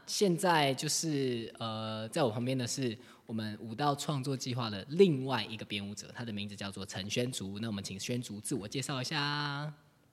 现在就是在我旁边的是我们舞蹈创作计划的另外一个编舞者，他的名字叫做陈宣竹。那我们请宣竹自我介绍一下。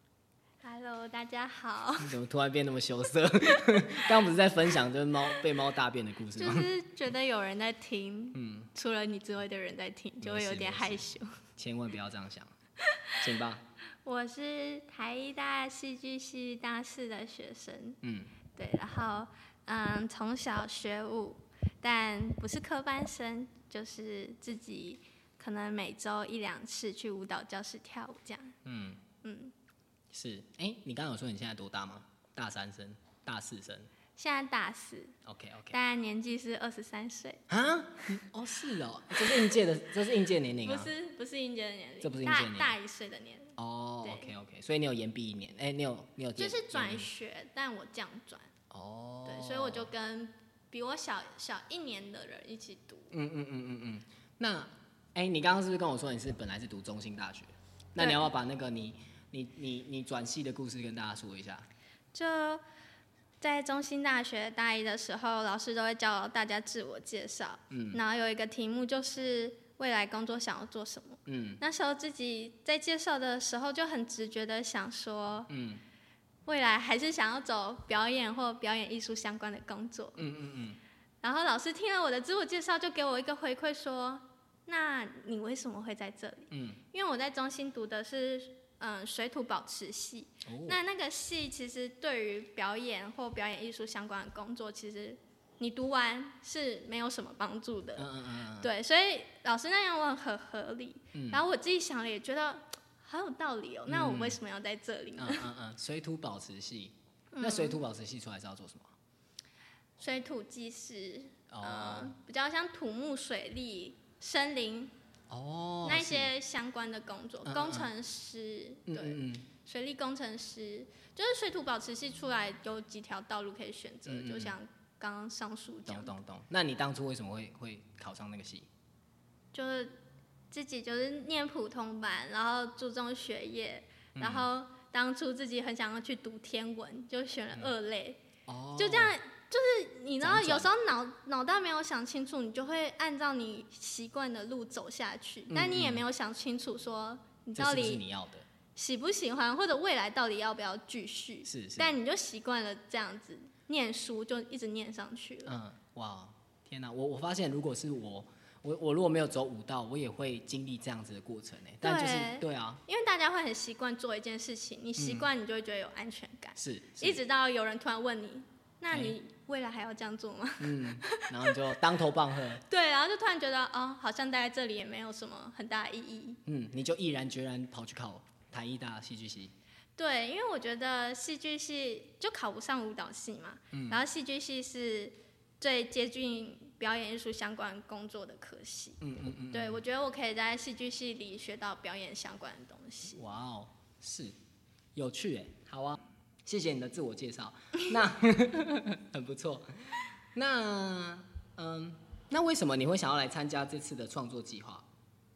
Hello， 大家好。 你怎么突然变那么羞涩？刚刚不是在分享就是被猫大便的故事吗？ 就是觉得有人在听，除了你之外的人在听，就会有点害羞。 千万不要这样想，请吧。 我是台艺大戏剧系大4的学生，对，然后从小学舞，但不是科班生，就是自己可能每周1、2次去舞蹈教室跳舞这样。 是，你刚刚有说你现在多大吗？大3生、大4生？ 现在大4。 OK， 但年纪是23岁。 啊？哦，是哦，这是应届的，这是应届年龄啊？ 不是应届的年龄， 这不是应届年龄， 大1岁的年龄。 哦 ，OK， 所以你有延毕1年，你有就是转学，但我降转。哦，对，所以我就跟比我小1年的人一起读。 那，你刚刚是不是跟我说你本来是读中兴大学？那你要不要把那个你转系的故事跟大家说一下？ 就在中兴大学大1的时候，老师都会教大家自我介绍。然后有一个题目就是未来工作想要做什么。那时候自己在介绍的时候就很直觉的想说，未来还是想要走表演或表演艺术相关的工作。然后老师听了我的自我介绍，就给我一个回馈说，那你为什么会在这里？因为我在中兴读的是水土保持系。那个系其实对于表演或表演艺术相关的工作，其实你读完是没有什么帮助的。对，所以老师那样问很合理。然后我自己想了也觉得好有道理哦。那我为什么要在这里呢？ 水土保持系，那水土保持系出来是要做什么？ 水土技师，比较像土木水利、森林。那些相关的工作，工程师，对，水利工程师，就是水土保持系出来有几条道路可以选择，就像刚刚上述讲。 懂。那你当初为什么会考上那个系？ 就是自己就是念普通班，然后注重学业，然后当初自己很想要去读天文，就选了2类，就这样。就是你知道，有时候脑袋没有想清楚，你就会按照你习惯的路走下去，但你也没有想清楚说你到底喜不喜欢，或者未来到底要不要继续。 是。 但你就习惯了这样子念书，就一直念上去了。 哇，天哪！我发现如果是我如果没有走舞蹈，我也会经历这样子的过程。但就是对啊， 因为大家会很习惯做一件事情，你习惯你就会觉得有安全感。 是。 一直到有人突然问你，那你未来还要这样做吗？ 然后你就当头棒喝。 对，然后就突然觉得好像待在这里也没有什么很大的意义。 你就毅然决然跑去考台艺大戏剧系。 对，因为我觉得戏剧系就考不上舞蹈系嘛，然后戏剧系是最接近表演艺术相关工作的科系。对，我觉得我可以在戏剧系里学到表演相关的东西。 哇哦，是有趣耶。好啊。谢谢你的自我介绍，那很不错。那为什么你会想要来参加这次的创作计划？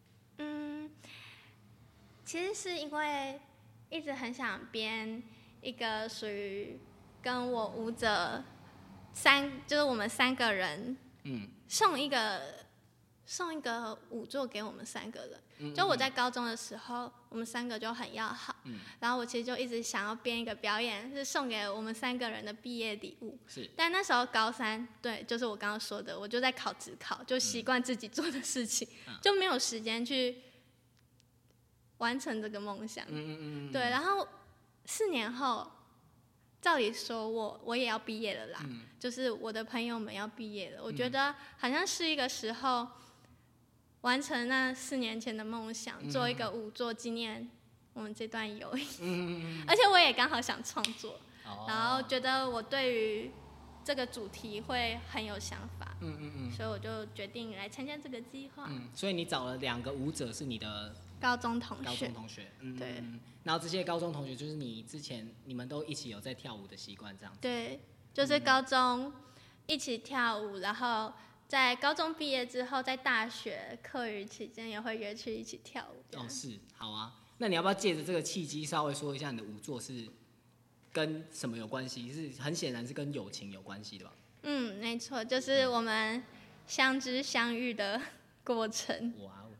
其实是因为一直很想编一个属于跟我舞者就是我们3个人，送一个舞作给我们3个人。就我在高中的时候，我们3个就很要好，然后我其实就一直想要编一个表演，是送给我们3个人的毕业礼物。但那时候高3，对，就是我刚刚说的，我就在考指考，就习惯自己做的事情，就没有时间去完成这个梦想。对，然后4年后，照理说我也要毕业了啦，就是我的朋友们要毕业了，我觉得好像是一个时候完成那4年前的梦想，做一个舞作纪念我们这段友谊。而且我也刚好想创作，然后觉得我对于这个主题会很有想法，所以我就决定来参加这个计划。 所以你找了2个舞者是你的高中同学， 对。然后这些高中同学就是你们都一起有在跳舞的习惯这样子。 对，就是高中一起跳舞，然后在高中毕业之后，在大学课余期间也会约去一起跳舞。 是，好啊。那你要不要借着这个契机稍微说一下你的舞作是跟什么有关系？是很显然是跟友情有关系的吧？ 没错，就是我们相知相遇的过程。 哇哦，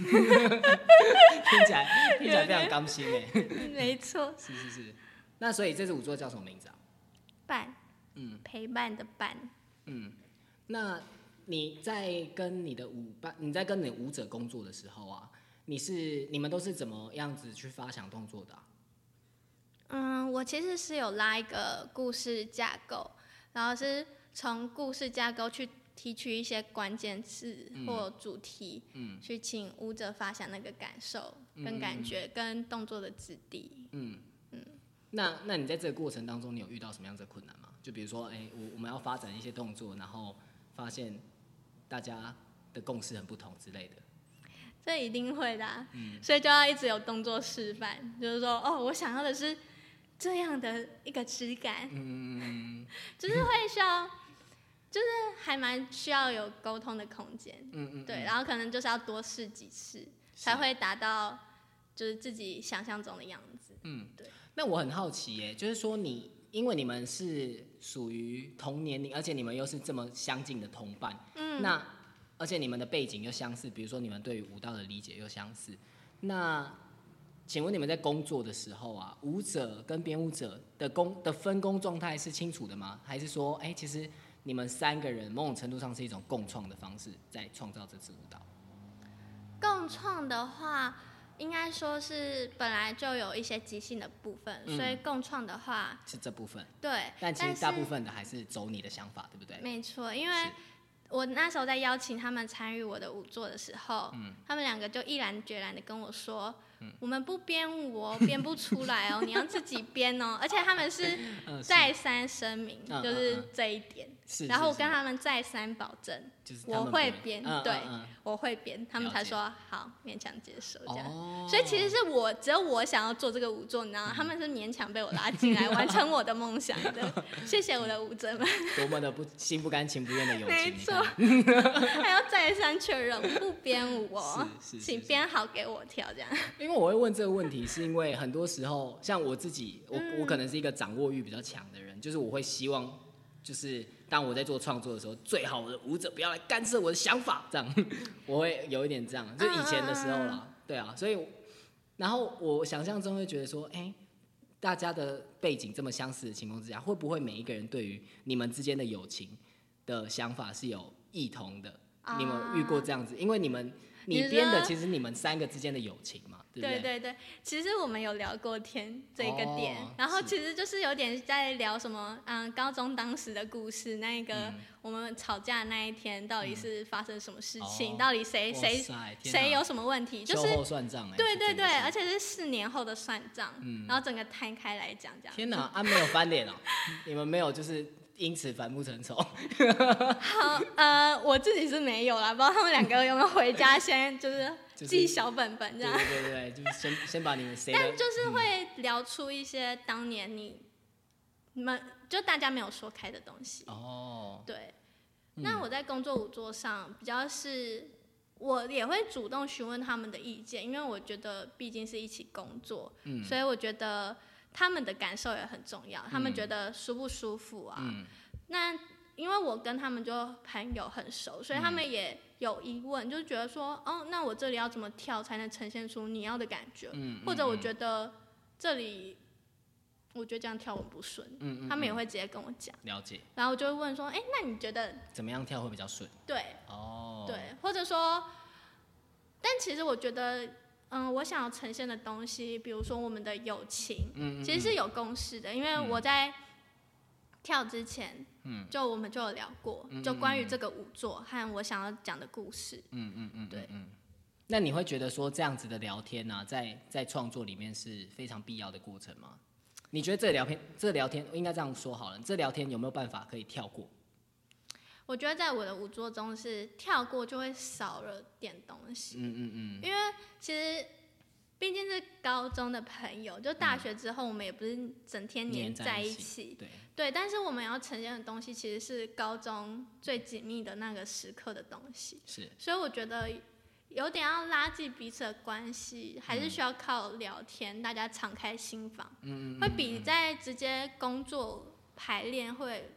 听起来非常甘心哎。 没错。 是。那所以这支舞作叫什么名字啊？ 伴，陪伴的伴。 那你在跟你的舞者工作的时候啊，你们都是怎么样子去发想动作的啊？ 我其实是有拉一个故事架构，然后是从故事架构去提取一些关键字或主题，去请舞者发想那个感受、跟感觉、跟动作的质地。 那你在这个过程当中，你有遇到什么样的困难吗？就比如说，我们要发展一些动作，然后发现大家的共识很不同之类的。 这一定会的啊，所以就要一直有动作示范，就是说，我想要的是这样的一个质感，就是会需要，就是还蛮需要有沟通的空间，对，然后可能就是要多试几次，才会达到就是自己想象中的样子，对。 那我很好奇耶，就是说因为你们是属于同年龄，而且你们又是这么相近的同伴，那而且你们的背景又相似，比如说你们对于舞蹈的理解又相似，那请问你们在工作的时候啊，舞者跟编舞者的分工状态是清楚的吗？还是说，其实你们3个人某种程度上是一种共创的方式，在创造这支舞蹈？ 共创的话，应该说是本来就有一些即兴的部分，所以共创的话是这部分。 对， 但其实大部分的还是走你的想法，对不对？ 没错，因为我那时候在邀请他们参与我的舞作的时候，他们2个就毅然决然的跟我说，我们不编舞哦，编不出来哦，你要自己编哦。而且他们是再三声明，就是这一点。然后我跟他们再三保证，我会编，对，我会编，他们才说好，勉强接受这样。所以其实是只有我想要做这个舞作，你知道吗？他们是勉强被我拉进来完成我的梦想的。谢谢我的舞者们， 多么的心不甘情不愿的友情。 没错，还要再三确认不编舞哦，请编好给我跳这样。 因为我会问这个问题，是因为很多时候，像我自己，我可能是一个掌握欲比较强的人，就是我会希望，就是当我在做创作的时候，最好我的舞者不要来干涉我的想法，这样我会有一点这样，就以前的时候啦，对啊，所以然后我想象中会觉得说，大家的背景这么相似的情况之下，会不会每一个人对于你们之间的友情的想法是有异同的？你们遇过这样子？因为你编的其实你们3个之间的友情嘛，对不对？ 对对对，其实我们有聊过天这一个点，然后其实就是有点在聊什么，高中当时的故事，那个我们吵架的那一天到底是发生什么事情，到底谁有什么问题，就是秋后算账， 对对对，而且是4年后的算账，然后整个摊开来讲这样。 天哪，没有翻脸哦，你们没有就是因此反目成仇？ 好，我自己是没有啦，不知道他们2个有没有回家先就是记小本本这样。 对对对，就是先把你们谁的。 但就是会聊出一些当年你们就大家没有说开的东西。对。那我在工作舞作上比较是，我也会主动询问他们的意见，因为我觉得毕竟是一起工作，所以我觉得他们的感受也很重要，他们觉得舒不舒服啊？那因为我跟他们就朋友很熟，所以他们也有疑问，就觉得说，那我这里要怎么跳才能呈现出你要的感觉？或者我觉得这里，我觉得这样跳很不顺，他们也会直接跟我讲。 了解。 然后我就会问说，那你觉得怎么样跳会比较顺？ 对。对，或者说，但其实我觉得。我想要呈现的东西，比如说我们的友情，其实是有共识的，因为我在跳之前，我们就有聊过，就关于这个舞作和我想要讲的故事，对。 那你会觉得说这样子的聊天啊，在创作里面是非常必要的过程吗？你觉得这聊天应该这样说好了，这聊天有没有办法可以跳过？ 我觉得在我的舞作中是跳过就会少了点东西，因为其实毕竟是高中的朋友，就大学之后我们也不是整天黏在一起，对，但是我们要呈现的东西其实是高中最紧密的那个时刻的东西，所以我觉得有点要拉近彼此的关系，还是需要靠聊天，大家敞开心房，会比在直接工作排练会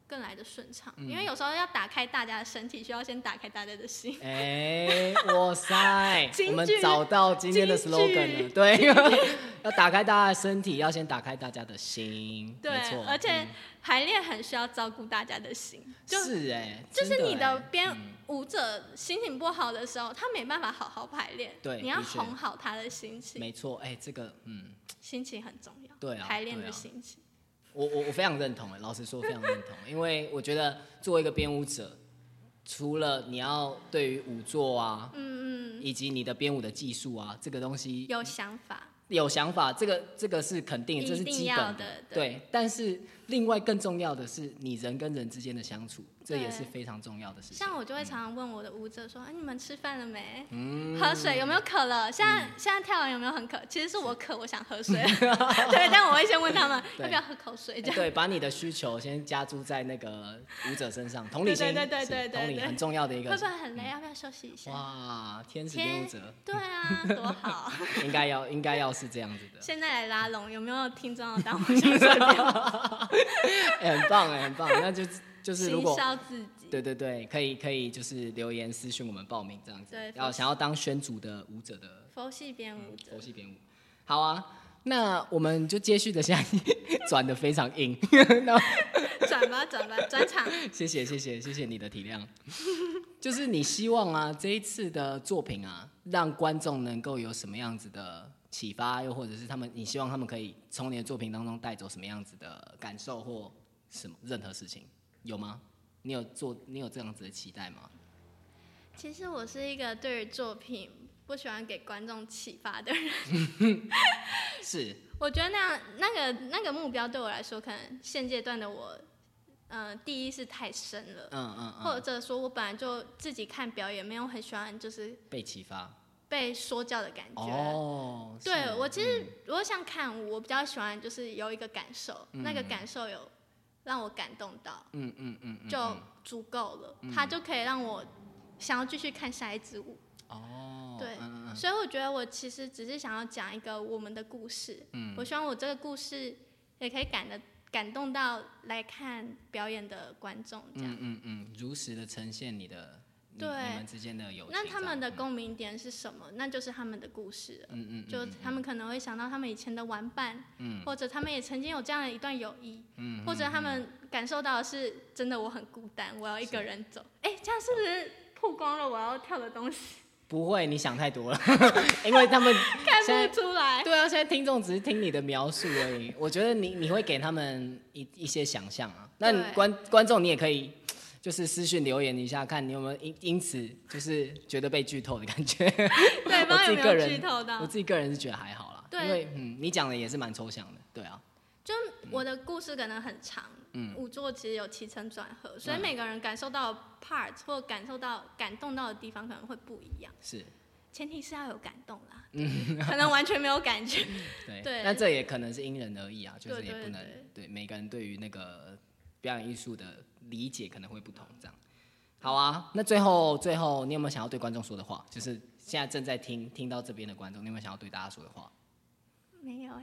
更来的顺畅，因为有时候要打开大家的身体，需要先打开大家的心。 哇塞，我们找到今天的 slogan 了，对，要打开大家的身体，要先打开大家的心， 对， 没错， 而且排练很需要照顾大家的心， 就是就是你的编舞者心情不好的时候，他没办法好好排练， 对， 你要哄好他的心情， 没错，这个心情很重要， 对啊， 排练的心情。 我非常认同，老实说非常认同，因为我觉得作为一个编舞者，除了你要对于舞作啊，以及你的编舞的技术啊，这个东西有想法， 这个是肯定，这是基本的， 对。但是另外更重要的是你人跟人之间的相处，这也是非常重要的事情。 像我就会常常问我的舞者说：“你们吃饭了没？喝水有没有渴了？现在跳完有没有很渴？其实是我渴，我想喝水。对，但我会先问他们要不要喝口水。 对，把你的需求先加注在那个舞者身上，同理心， 对， 同理很重要的一个。 会不会很累？要不要休息一下？ 哇，天使编舞者， 对啊，多好！ 应该要是这样子的。 现在来拉拢，有没有听众要当我想说的？ 很棒很棒，那就是如果行销自己， 对，可以就是留言私讯我们报名这样子。 对， 想要当宣组的舞者的佛系编舞者， 佛系编舞，好啊。那我们就接续的下一转的非常硬， 转吧，转场。 谢谢你的体谅。就是你希望啊，这一次的作品啊，让观众能够有什么样子的启发，又或者是你希望他们可以从你的作品当中带走什么样子的感受或什么任何事情，有吗？你有这样子的期待吗？ 其实我是一个对于作品不喜欢给观众启发的人。 是， 我觉得那个目标对我来说，可能现阶段的我，第一是太深了，或者说我本来就自己看表演没有很喜欢，就是被启发、 被说教的感觉。对，我其实如果像看舞，我比较喜欢就是有一个感受，那个感受有让我感动到，就足够了，它就可以让我想要继续看下一支舞。对，所以我觉得我其实只是想要讲一个我们的故事。我希望我这个故事也可以感动到来看表演的观众，这样。 如实的呈现你们之间的友情。 那他们的共鸣点是什么？那就是他们的故事了。就他们可能会想到他们以前的玩伴，或者他们也曾经有这样的一段友谊，或者他们感受到的是真的我很孤单，我要一个人走。这样是不是曝光了我要跳的东西？ 不会，你想太多了，因为他们看不出来。 对啊，现在听众只是听你的描述而已。我觉得你会给他们一些想象啊。那观众你也可以就是私讯留言一下，看你有没有因此就是觉得被剧透的感觉。 对，不知道有没有剧透到？ 我自己个人是觉得还好啦， 对， 因为你讲的也是蛮抽象的，对啊。 就我的故事可能很长，舞作其实有起承转合，所以每个人感受到的 part 或感动到的地方可能会不一样。 是， 前提是要有感动啦，可能完全没有感觉。 对，那这也可能是因人而异啊，就是也不能对每个人对于那个表演艺术的理解可能会不同，这样。好啊，那最后你有没有想要对观众说的话？就是现在正在听到这边的观众，你有没有想要对大家说的话？ 没有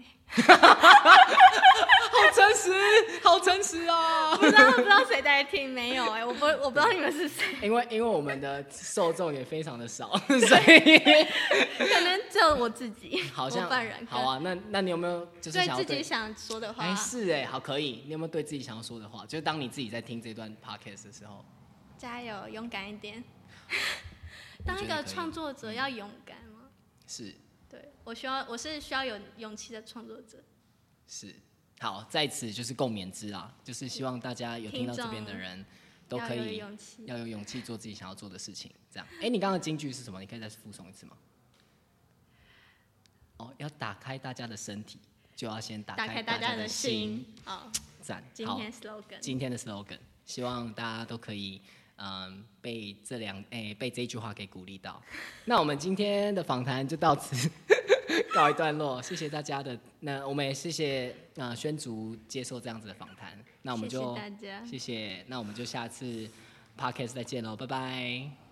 好诚实啊！ 不知道谁在听，没有我不知道你们是谁。 因为我们的受众也非常的少，所以可能只有我自己， 好像我本人。 好啊，那你有没有就是想要对自己想说的话？ 好，可以。你有没有对自己想要说的话？就是当你自己在听这段 podcast 的时候， 加油，勇敢一点。当一个创作者要勇敢吗？ 是。 对，我是需要有勇气的创作者。 是，好，在此就是共勉之啦，就是希望大家有听到这边的人都可以要有勇气做自己想要做的事情。这样，你刚刚的金句是什么？你可以再附送一次吗？要打开大家的身体，就要先打开大家的心。赞，今天的 slogan， 希望大家都可以。被这一句话给鼓励到。那我们今天的访谈就到此告一段落，谢谢大家的。那我们也谢谢宣竹接受这样子的访谈。那我们就谢谢大家， 谢谢。那我们就下次 podcast 再见喽，拜拜。